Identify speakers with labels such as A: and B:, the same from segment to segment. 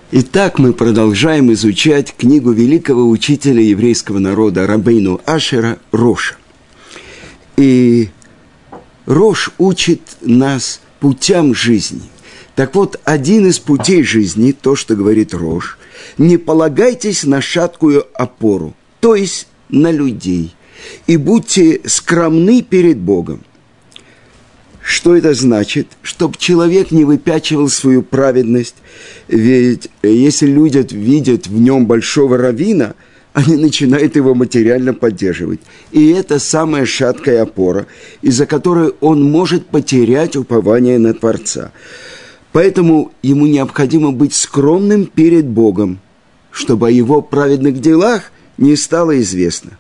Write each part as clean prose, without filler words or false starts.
A: Итак, мы продолжаем изучать книгу великого учителя еврейского народа Рабейну Ашера Роша. И Рош учит нас путям жизни. Так вот, один из путей жизни, то, что говорит Рош, не полагайтесь на шаткую опору, то есть на людей, и будьте скромны перед Богом. Что это значит? Чтобы человек не выпячивал свою праведность. Ведь если люди видят в нем большого раввина, они начинают его материально поддерживать. И это самая шаткая опора, из-за которой он может потерять упование на Творца. Поэтому ему необходимо быть скромным перед Богом, чтобы о его праведных делах не стало известно.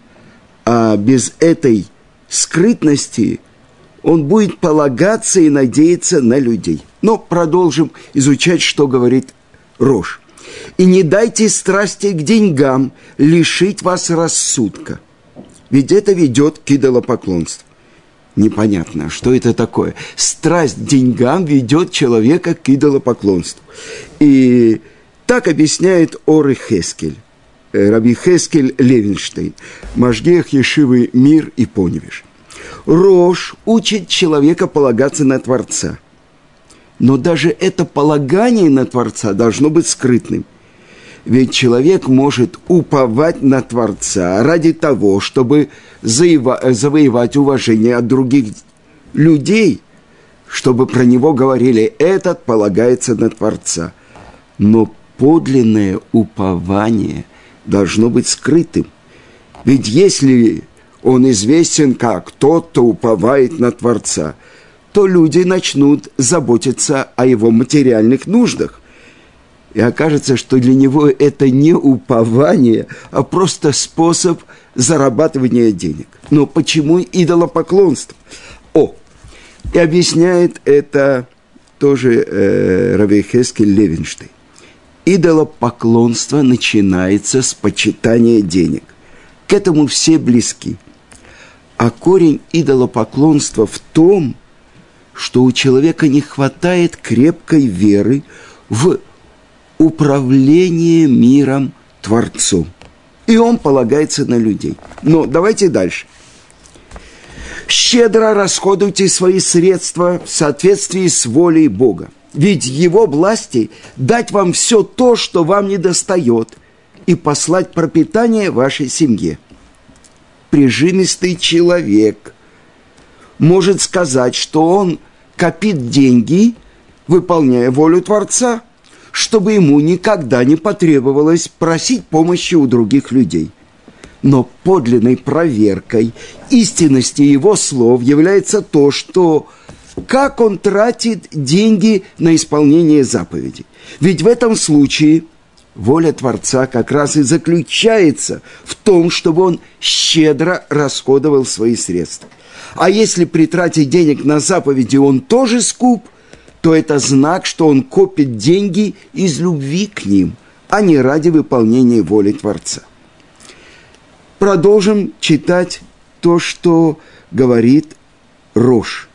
A: А без этой скрытности он будет полагаться и надеяться на людей. Но продолжим изучать, что говорит Рош. «И не дайте страсти к деньгам лишить вас рассудка, ведь это ведет к идолопоклонству». Непонятно, что это такое. Страсть к деньгам ведет человека к идолопоклонству. И так объясняет Ор Хескель, Раби Хескель Левинштейн, Машгех Ешивы Мир и Поневиш. Рош учит человека полагаться на Творца. Но даже это полагание на Творца должно быть скрытным. Ведь человек может уповать на Творца ради того, чтобы завоевать уважение от других людей, чтобы про него говорили: этот полагается на Творца. Но подлинное упование должно быть скрытым. Ведь если он известен как тот, кто уповает на Творца, то люди начнут заботиться о его материальных нуждах. И окажется, что для него это не упование, а просто способ зарабатывания денег. Но почему идолопоклонство? И объясняет это тоже Раби Хескель Левинштейн. Идолопоклонство начинается с почитания денег. К этому все близки. А корень идолопоклонства в том, что у человека не хватает крепкой веры в управление миром Творцом. И он полагается на людей. Но давайте дальше. «Щедро расходуйте свои средства в соответствии с волей Бога. Ведь в Его власти дать вам все то, что вам недостает, и послать пропитание вашей семье». Прижимистый человек может сказать, что он копит деньги, выполняя волю Творца, чтобы ему никогда не потребовалось просить помощи у других людей. Но подлинной проверкой истинности его слов является то, что как он тратит деньги на исполнение заповедей. Ведь в этом случае воля Творца как раз и заключается в том, чтобы он щедро расходовал свои средства. А если при трате денег на заповеди он тоже скуп, то это знак, что он копит деньги из любви к ним, а не ради выполнения воли Творца. Продолжим читать то, что говорит Рош.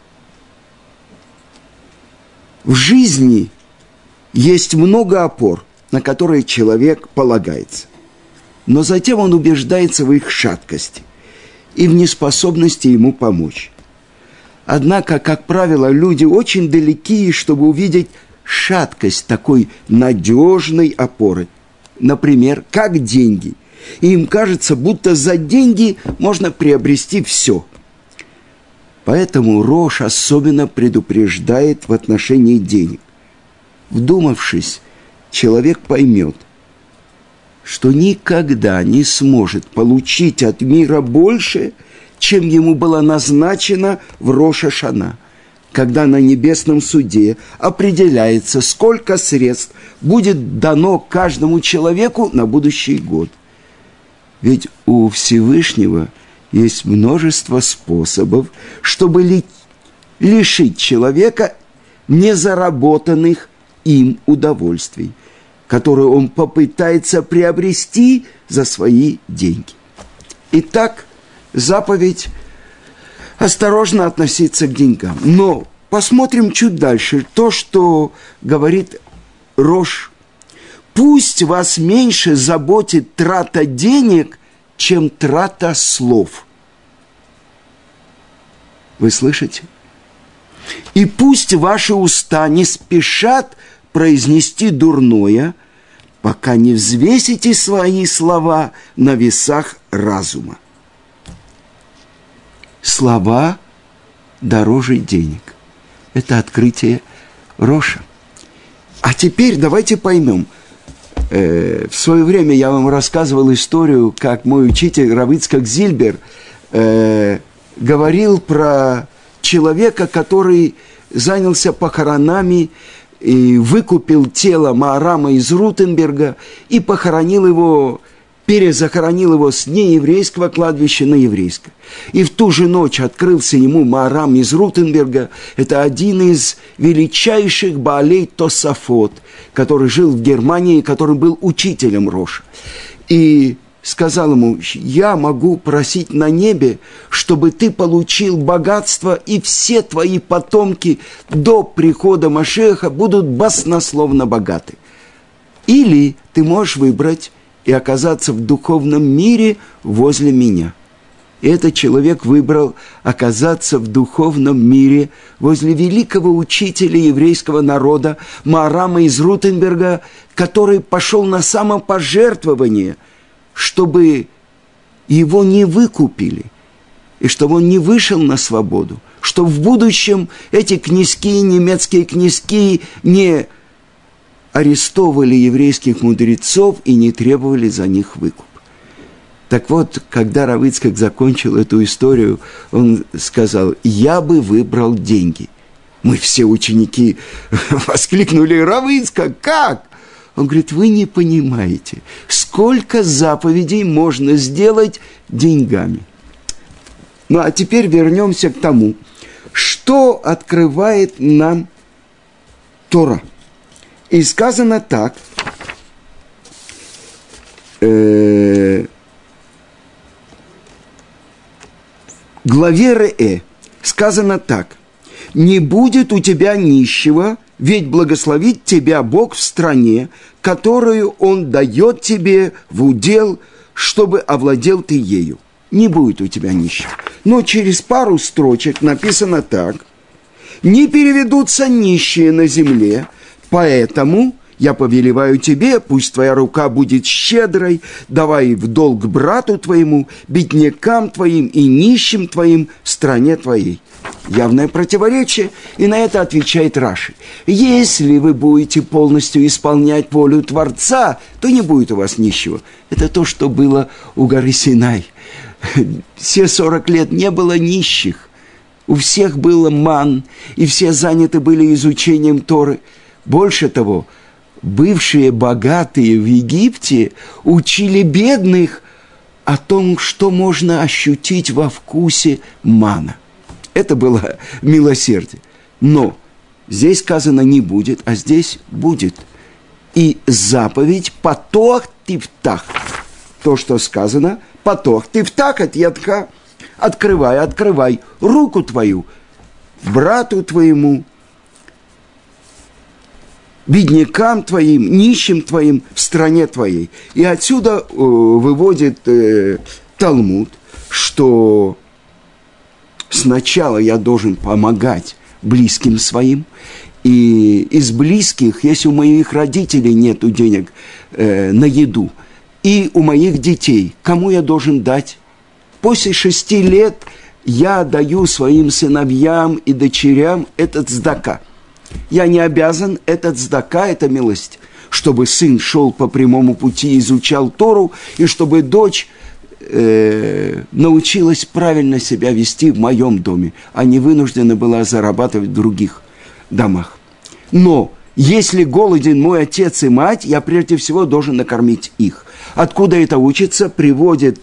A: В жизни есть много опор, на которые человек полагается. Но затем он убеждается в их шаткости и в неспособности ему помочь. Однако, как правило, люди очень далеки, чтобы увидеть шаткость такой надежной опоры. Например, как деньги. И им кажется, будто за деньги можно приобрести все. Поэтому Рош особенно предупреждает в отношении денег. Вдумавшись, человек поймет, что никогда не сможет получить от мира больше, чем ему было назначено в Рош ха-Шана, когда на небесном суде определяется, сколько средств будет дано каждому человеку на будущий год. Ведь у Всевышнего есть множество способов, чтобы лишить человека незаработанных им удовольствий, которые он попытается приобрести за свои деньги. Итак, заповедь осторожно относиться к деньгам. Но посмотрим чуть дальше то, что говорит Рош Пусть вас меньше заботит трата денег, чем трата слов. Вы слышите? И пусть ваши уста не спешат произнести дурное, пока не взвесите свои слова на весах разума. Слова дороже денег. Это открытие Роша. А теперь давайте поймем. В свое время я вам рассказывал историю, как мой учитель Рав Ицхак Зильбер говорил про человека, который занялся похоронами и выкупил тело Маарама из Рутенберга и похоронил его, перезахоронил его с нееврейского кладбища на еврейское. И в ту же ночь открылся ему Маарам из Рутенберга. Это один из величайших Баалей Тосафот, который жил в Германии, который был учителем Роша. И сказал ему: я могу просить на небе, чтобы ты получил богатство, и все твои потомки до прихода Машеха будут баснословно богаты. Или ты можешь выбрать и оказаться в духовном мире возле меня. И этот человек выбрал оказаться в духовном мире возле великого учителя еврейского народа Маарама из Рутенберга, который пошел на самопожертвование, чтобы его не выкупили, и чтобы он не вышел на свободу, чтобы в будущем эти князьки, немецкие князьки, не арестовывали еврейских мудрецов и не требовали за них выкуп. Так вот, когда Рав Ицхак закончил эту историю, он сказал: я бы выбрал деньги. Мы все ученики воскликнули: Рав Ицхак, как? Он говорит: вы не понимаете, сколько заповедей можно сделать деньгами. Ну, а теперь вернемся к тому, что открывает нам Тора. И сказано так, в главе Реэ сказано так: «Не будет у тебя нищего, ведь благословит тебя Бог в стране, которую Он дает тебе в удел, чтобы овладел ты ею». Не будет у тебя нищего. Но через пару строчек написано так: «Не переведутся нищие на земле, поэтому я повелеваю тебе, пусть твоя рука будет щедрой, давай в долг брату твоему, беднякам твоим и нищим твоим в стране твоей». Явное противоречие, и на это отвечает Раши: если вы будете полностью исполнять волю Творца, то не будет у вас нищего. Это то, что было у горы Синай. Все 40 лет не было нищих. У всех было ман, и все заняты были изучением Торы. Больше того, бывшие богатые в Египте учили бедных о том, что можно ощутить во вкусе мана. Это было милосердие. Но здесь сказано не будет, а здесь будет. И заповедь «Патох тифтах». То, что сказано «Патох тифтах от ядха». Открывай, открывай руку твою брату твоему, беднякам твоим, нищим твоим в стране твоей. И отсюда выводит Талмуд, что сначала я должен помогать близким своим, и из близких, если у моих родителей нет денег на еду, и у моих детей, кому я должен дать? После 6 лет я даю своим сыновьям и дочерям этот цдака. Я не обязан, этот цдака, это милость, чтобы сын шел по прямому пути, изучал Тору, и чтобы дочь научилась правильно себя вести в моем доме, а не вынуждена была зарабатывать в других домах. Но если голоден мой отец и мать, я прежде всего должен накормить их. Откуда это учится? Приводит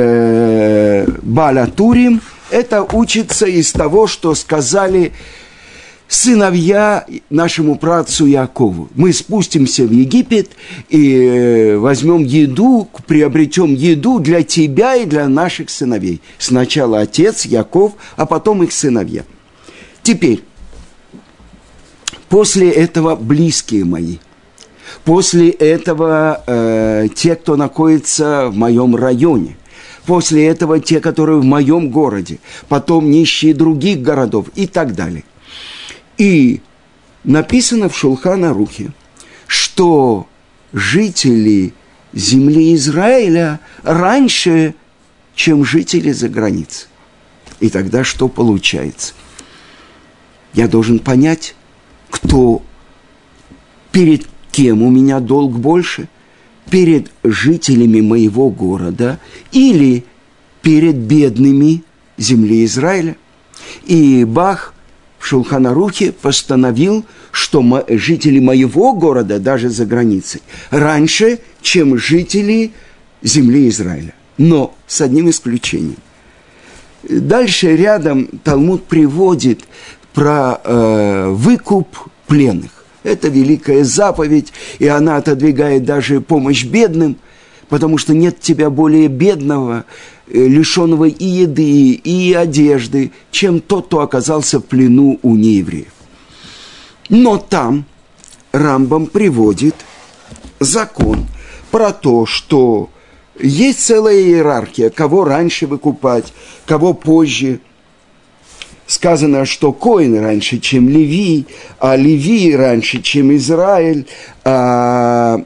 A: Бааль ха-Турим. Это учится из того, что сказали сыновья нашему праотцу Якову: мы спустимся в Египет и возьмем еду, приобретем еду для тебя и для наших сыновей. Сначала отец Яков, а потом их сыновья. Теперь, после этого близкие мои. После этого те, кто находится в моем районе. После этого те, которые в моем городе. Потом нищие других городов и так далее. И написано в Шулхан Арухе, что жители земли Израиля раньше, чем жители за границей. И тогда что получается? Я должен понять, кто, перед кем у меня долг больше, перед жителями моего города или перед бедными земли Израиля. И Бах в Шулхан Арухе постановил, что жители моего города, даже за границей, раньше, чем жители земли Израиля. Но с одним исключением. Дальше рядом Талмуд приводит про выкуп пленных. Это великая заповедь, и она отодвигает даже помощь бедным, потому что нет тебя более бедного, лишенного и еды, и одежды, чем тот, кто оказался в плену у неевреев. Но там Рамбам приводит закон про то, что есть целая иерархия, кого раньше выкупать, кого позже. Сказано, что Коэн раньше, чем Леви, а Леви раньше, чем Израиль, а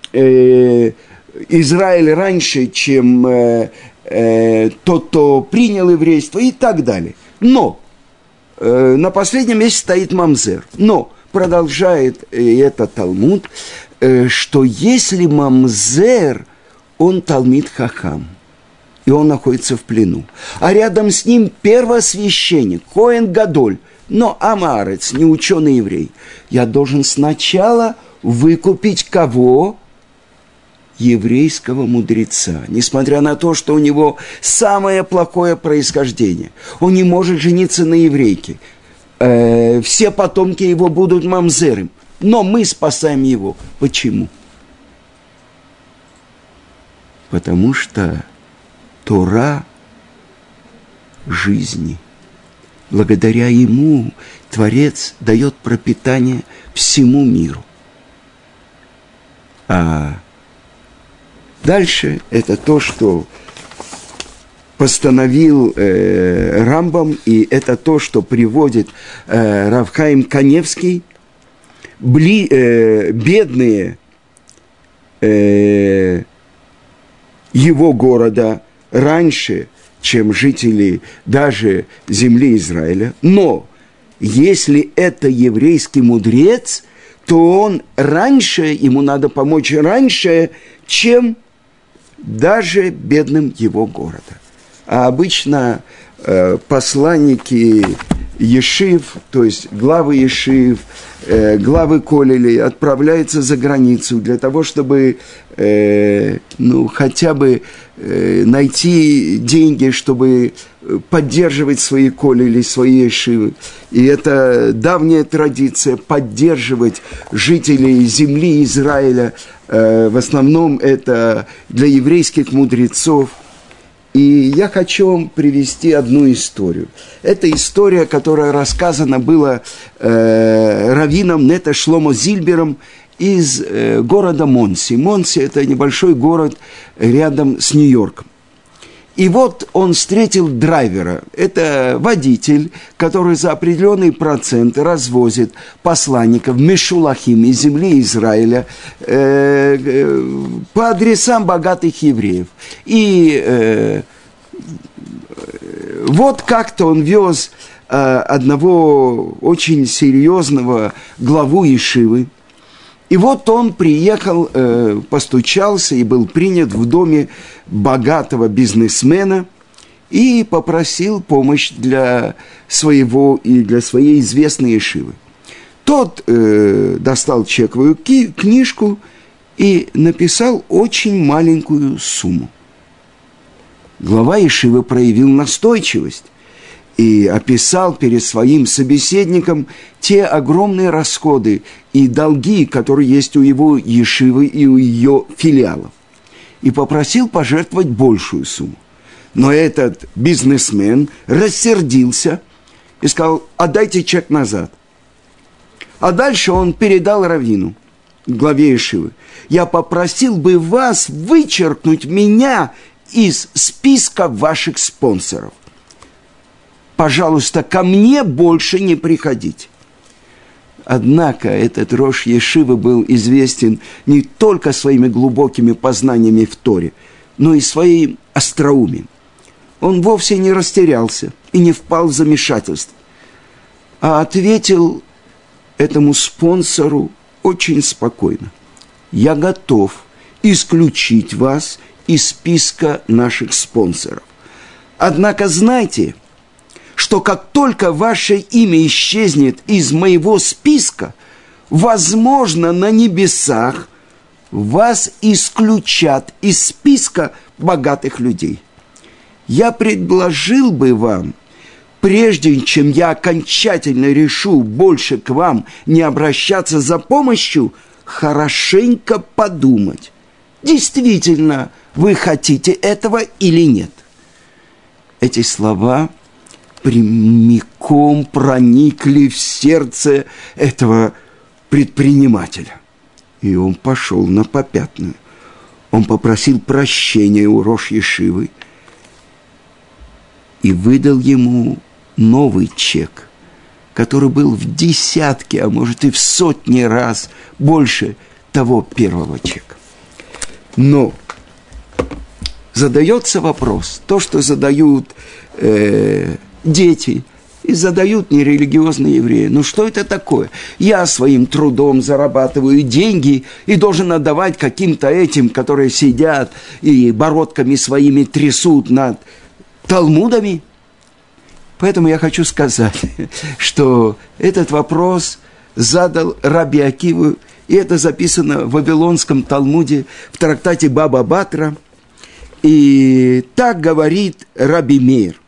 A: Израиль раньше, чем тот, кто принял еврейство и так далее. Но на последнем месте стоит мамзер. Но продолжает этот Талмуд, что если мамзер, он талмид хахам, и он находится в плену. А рядом с ним первосвященник, Коэн Гадоль, но амарец, не ученый еврей. Я должен сначала выкупить кого? Еврейского мудреца. Несмотря на то, что у него самое плохое происхождение. Он не может жениться на еврейке. Все потомки его будут мамзером. Но мы спасаем его. Почему? Потому что Тора жизни. Благодаря ему Творец дает пропитание всему миру. А дальше это то, что постановил Рамбам, и это то, что приводит Рав Хаим Каневский. Бедные его города раньше, чем жители даже земли Израиля. Но если это еврейский мудрец, то он раньше, ему надо помочь раньше, чем даже бедным его города. А обычно посланники ешив, то есть главы ешив, главы колелей отправляются за границу для того, чтобы хотя бы найти деньги, чтобы поддерживать свои колели, свои ешивы. И это давняя традиция поддерживать жителей земли Израиля. В основном это для еврейских мудрецов. И я хочу вам привести одну историю. Это история, которая рассказана была раввином Нето Шломо Зильбером из города Монси. Монси – это небольшой город рядом с Нью-Йорком. И вот он встретил драйвера. Это водитель, который за определенный процент развозит посланников Мешулахим из земли Израиля по адресам богатых евреев. И вот как-то он вез одного очень серьезного главу ешивы. И вот он приехал, постучался и был принят в доме богатого бизнесмена и попросил помощь для своего и для своей известной ешивы. Тот достал чековую книжку и написал очень маленькую сумму. Глава ешивы проявил настойчивость и описал перед своим собеседником те огромные расходы и долги, которые есть у его ешивы и у ее филиалов. И попросил пожертвовать большую сумму. Но этот бизнесмен рассердился и сказал: отдайте чек назад. А дальше он передал раввину. главе Ешивы, я попросил бы вас вычеркнуть меня из списка ваших спонсоров. Пожалуйста, ко мне больше не приходите. Однако этот рош Ешивы был известен не только своими глубокими познаниями в Торе, но и своим остроумием. Он вовсе не растерялся и не впал в замешательство, а ответил этому спонсору очень спокойно: я готов исключить вас из списка наших спонсоров. Однако знайте, что как только ваше имя исчезнет из моего списка, возможно, на небесах вас исключат из списка богатых людей. Я предложил бы вам, прежде чем я окончательно решу больше к вам не обращаться за помощью, хорошенько подумать, действительно вы хотите этого или нет. Эти слова прямиком проникли в сердце этого предпринимателя. И он пошел на попятную. Он попросил прощения у рош Ешивы и выдал ему новый чек, который был в десятки, а может и в сотни раз больше того первого чека. Но задается вопрос, то, что задают дети и задают нерелигиозные евреи. Ну что это такое? Я своим трудом зарабатываю деньги и должен отдавать каким-то этим, которые сидят и бородками своими трясут над талмудами. Поэтому я хочу сказать, что этот вопрос задал Раби Акива, и это записано в Вавилонском Талмуде в трактате Баба Батра. И так говорит Раби Меир.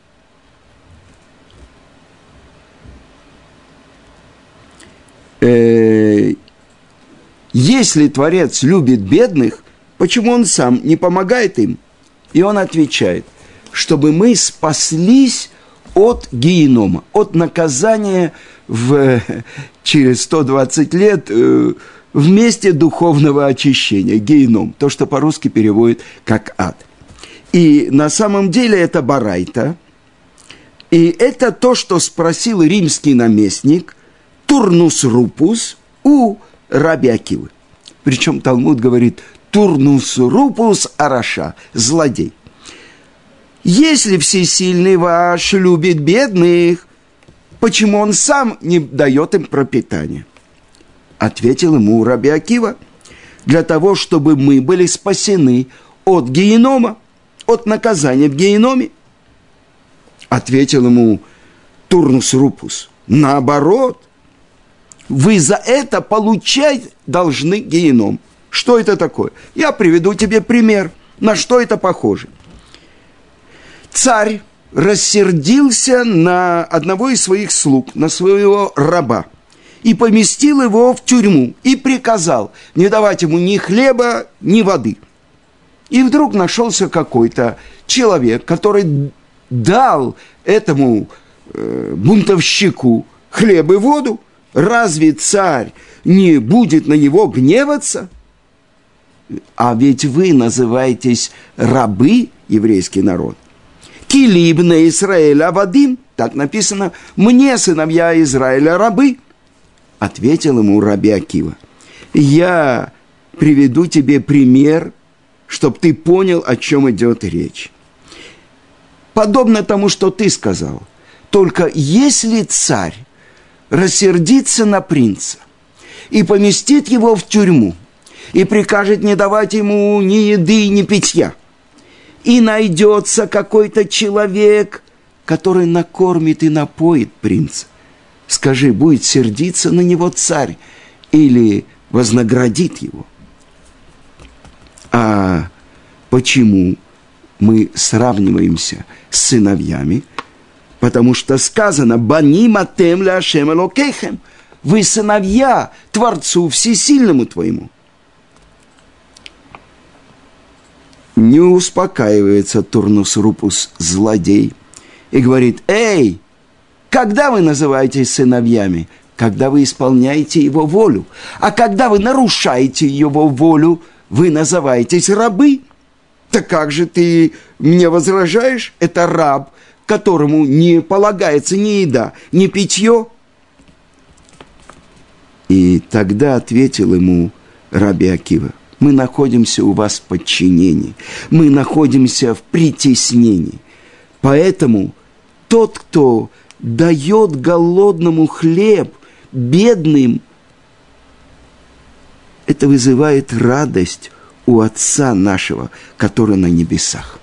A: Если Творец любит бедных, почему Он сам не помогает им? И он отвечает, чтобы мы спаслись от генома, от наказания через 120 лет в месте духовного очищения, геном, то, что по-русски переводит как ад. И на самом деле это барайта, и это то, что спросил римский наместник Турнус Рупус у Раби Акивы. Причем Талмуд говорит Турнус Рупус Араша, злодей. Если всесильный ваш любит бедных, почему он сам не дает им пропитание? Ответил ему Раби Акива: для того, чтобы мы были спасены от генома, от наказания в геноме. Ответил ему Турнус Рупус: наоборот, вы за это получать должны геном. Что это такое? Я приведу тебе пример, на что это похоже. Царь рассердился на одного из своих слуг, на своего раба, и поместил его в тюрьму, и приказал не давать ему ни хлеба, ни воды. И вдруг нашелся какой-то человек, который дал этому бунтовщику хлеб и воду. Разве царь не будет на него гневаться? А ведь вы называетесь рабы, еврейский народ. Килибна Исраэля Авадим, так написано, мне, сыновья Израиля, рабы. Ответил ему Раби Акива: я приведу тебе пример, чтобы ты понял, о чем идет речь. Подобно тому, что ты сказал, только если царь рассердится на принца и поместит его в тюрьму, и прикажет не давать ему ни еды, ни питья, и найдется какой-то человек, который накормит и напоит принца, скажи, будет сердиться на него царь или вознаградит его? А почему мы сравниваемся с сыновьями? Потому что сказано: «Баним атем ля Ашем элокейхем». Вы сыновья Творцу Всесильному твоему. Не успокаивается Турнус Рупус, злодей, и говорит: эй, когда вы называетесь сыновьями? когда вы исполняете Его волю. А когда вы нарушаете Его волю, вы называетесь рабы. Так как же ты мне возражаешь? Это раб, которому не полагается ни еда, ни питье. И тогда ответил ему раби Акива: мы находимся у вас в подчинении, мы находимся в притеснении. Поэтому тот, кто дает голодному хлеб, бедным, это вызывает радость у Отца нашего, который на небесах.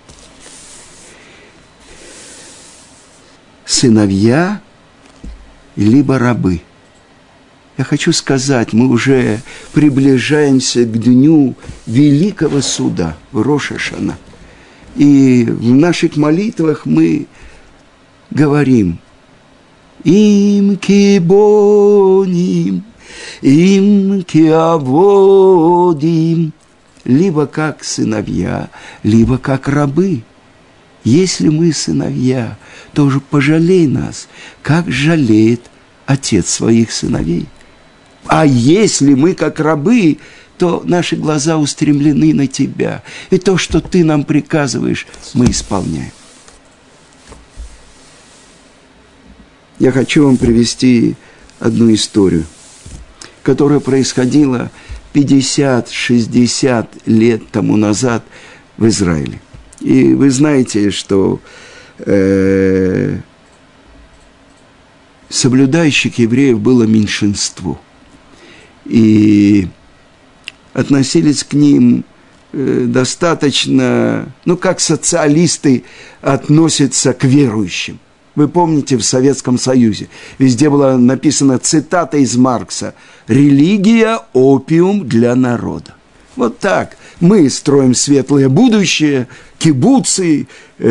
A: Сыновья либо рабы. Я хочу сказать, мы уже приближаемся к дню великого суда, в Рош ха-Шана. И в наших молитвах мы говорим: «Им кибоним, им киаводим», либо как сыновья, либо как рабы. Если мы сыновья, то уже пожалей нас, как жалеет отец своих сыновей. А если мы как рабы, то наши глаза устремлены на Тебя. И то, что Ты нам приказываешь, мы исполняем. Я хочу вам привести одну историю, которая происходила 50-60 лет тому назад в Израиле. И вы знаете, что соблюдающих евреев было меньшинство. И относились к ним достаточно, как социалисты относятся к верующим. Вы помните, в Советском Союзе везде была написана цитата из Маркса: «Религия – опиум для народа». Вот так. Мы строим светлое будущее, кибуцы,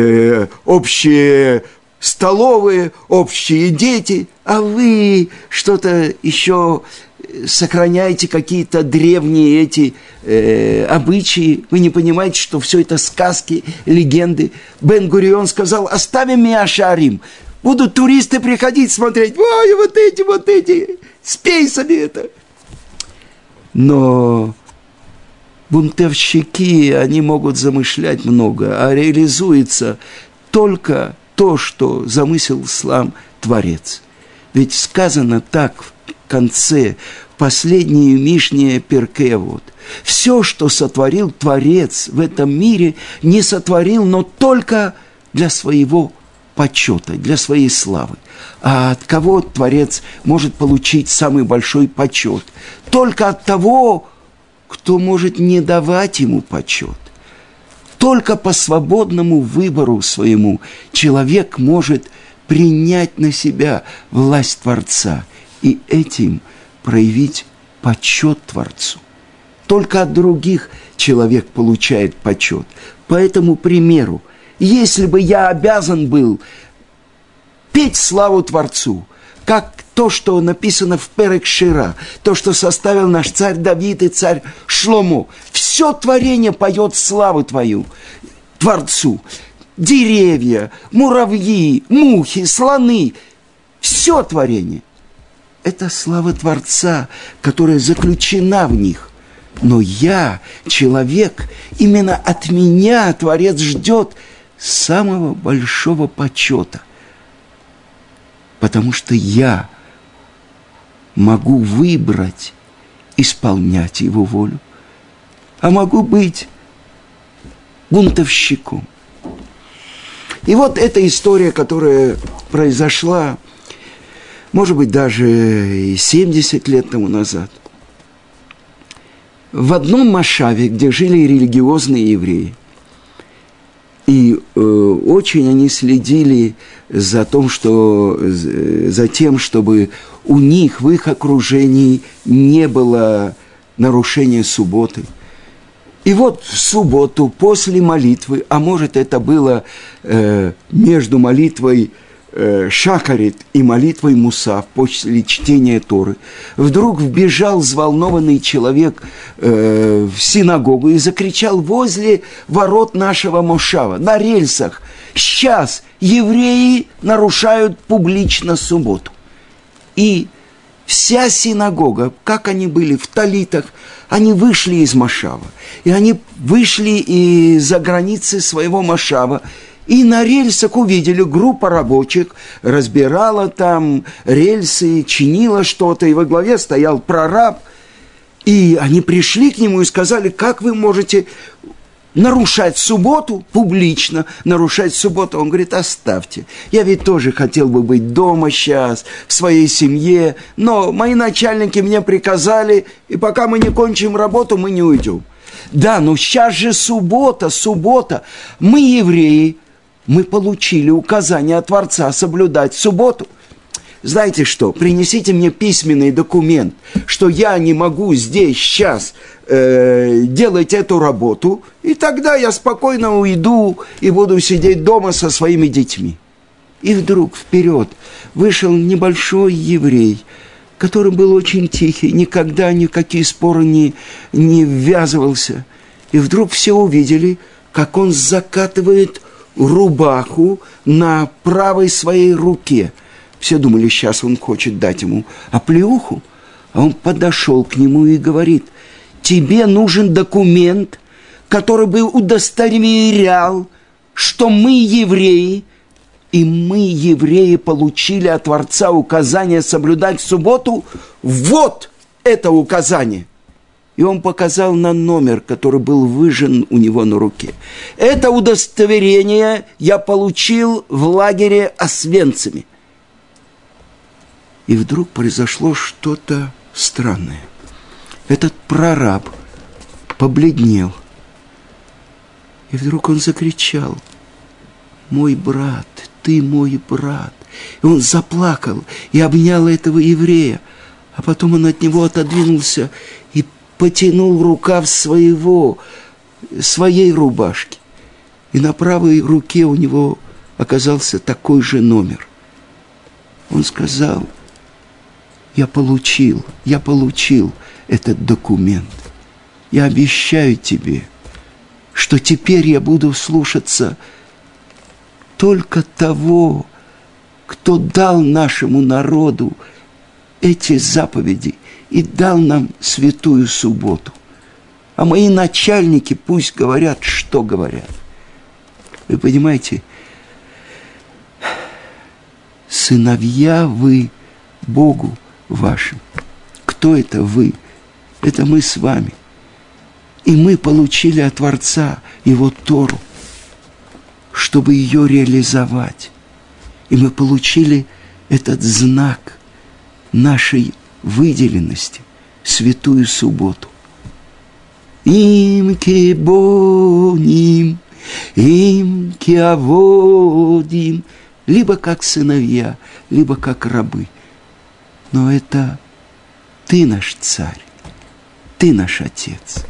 A: общие столовые, общие дети, а вы что-то еще сохраняете, какие-то древние эти обычаи. Вы не понимаете, что все это сказки, легенды. Бен-Гурион сказал: оставим Миа-Шаарим. Будут туристы приходить смотреть: ой, вот эти, спей себе это. Но бунтовщики, они могут замышлять много, а реализуется только то, что замысел сам Творец. Ведь сказано так в конце, последней Мишне Перкей Авот: все, что сотворил Творец в этом мире, не сотворил, но только для своего почета, для своей славы. А от кого Творец может получить самый большой почет? Только от того, кто может не давать ему почет. Только по свободному выбору своему человек может принять на себя власть Творца и этим проявить почет Творцу. Только от других человек получает почет. По этому примеру, если бы я обязан был петь славу Творцу, как то, что написано в Перек Шира, то, что составил наш царь Давид и царь Шломо, все творение поет славу Твою, Творцу. Деревья, муравьи, мухи, слоны, все творение. Это слава Творца, которая заключена в них. Но я, человек, именно от меня Творец ждет самого большого почета. Потому что я могу выбрать исполнять Его волю, а могу быть бунтовщиком. И вот эта история, которая произошла, может быть, даже и 70 лет тому назад. В одном машаве, где жили религиозные евреи, и очень они следили за тем, чтобы у них в их окружении не было нарушения субботы. И вот в субботу после молитвы, а может это было между молитвой Шахарит и молитвой Мусав после чтения Торы, вдруг вбежал взволнованный человек в синагогу и закричал возле ворот нашего мошава, на рельсах: сейчас евреи нарушают публично субботу. И Вся синагога, как они были в талитах, они вышли из Машава. И они вышли из-за границы своего Машава. И на рельсах увидели группа рабочих, разбирала там рельсы, чинила что-то. И во главе стоял прораб. И они пришли к нему и сказали: как вы можете нарушать субботу, публично нарушать субботу? Он говорит: оставьте, я ведь тоже хотел бы быть дома сейчас, в своей семье, но мои начальники мне приказали, и пока мы не кончим работу, мы не уйдем. Да, но сейчас же суббота. Мы, евреи, мы получили указание от Творца соблюдать субботу. Знаете что, принесите мне письменный документ, что я не могу здесь сейчас делать эту работу, и тогда я спокойно уйду и буду сидеть дома со своими детьми. И вдруг вперед вышел небольшой еврей, который был очень тихий, никогда ни в какие споры не ввязывался. И вдруг все увидели, как он закатывает рубаху на правой своей руке. Все думали, сейчас он хочет дать ему оплеуху, а он подошел к нему и говорит: тебе нужен документ, который бы удостоверял, что мы евреи, и мы, евреи, получили от Творца указание соблюдать субботу. Вот это указание. И он показал на номер, который был выжжен у него на руке. Это удостоверение я получил в лагере Освенциме. И вдруг произошло что-то странное. Этот прораб побледнел. И вдруг он закричал: мой брат, ты мой брат. И он заплакал и обнял этого еврея. А потом он от него отодвинулся и потянул рукав своей рубашки. И на правой руке у него оказался такой же номер. Он сказал: я получил этот документ. Я обещаю тебе, что теперь я буду слушаться только того, кто дал нашему народу эти заповеди и дал нам святую субботу. А мои начальники пусть говорят, что говорят. Вы понимаете, сыновья вы Богу вашим. Кто это вы? Это мы с вами. И мы получили от Творца Его Тору, чтобы ее реализовать. И мы получили этот знак нашей выделенности, святую субботу. Им кибоним, им киаводим, либо как сыновья, либо как рабы. Но это ты наш царь, ты наш отец.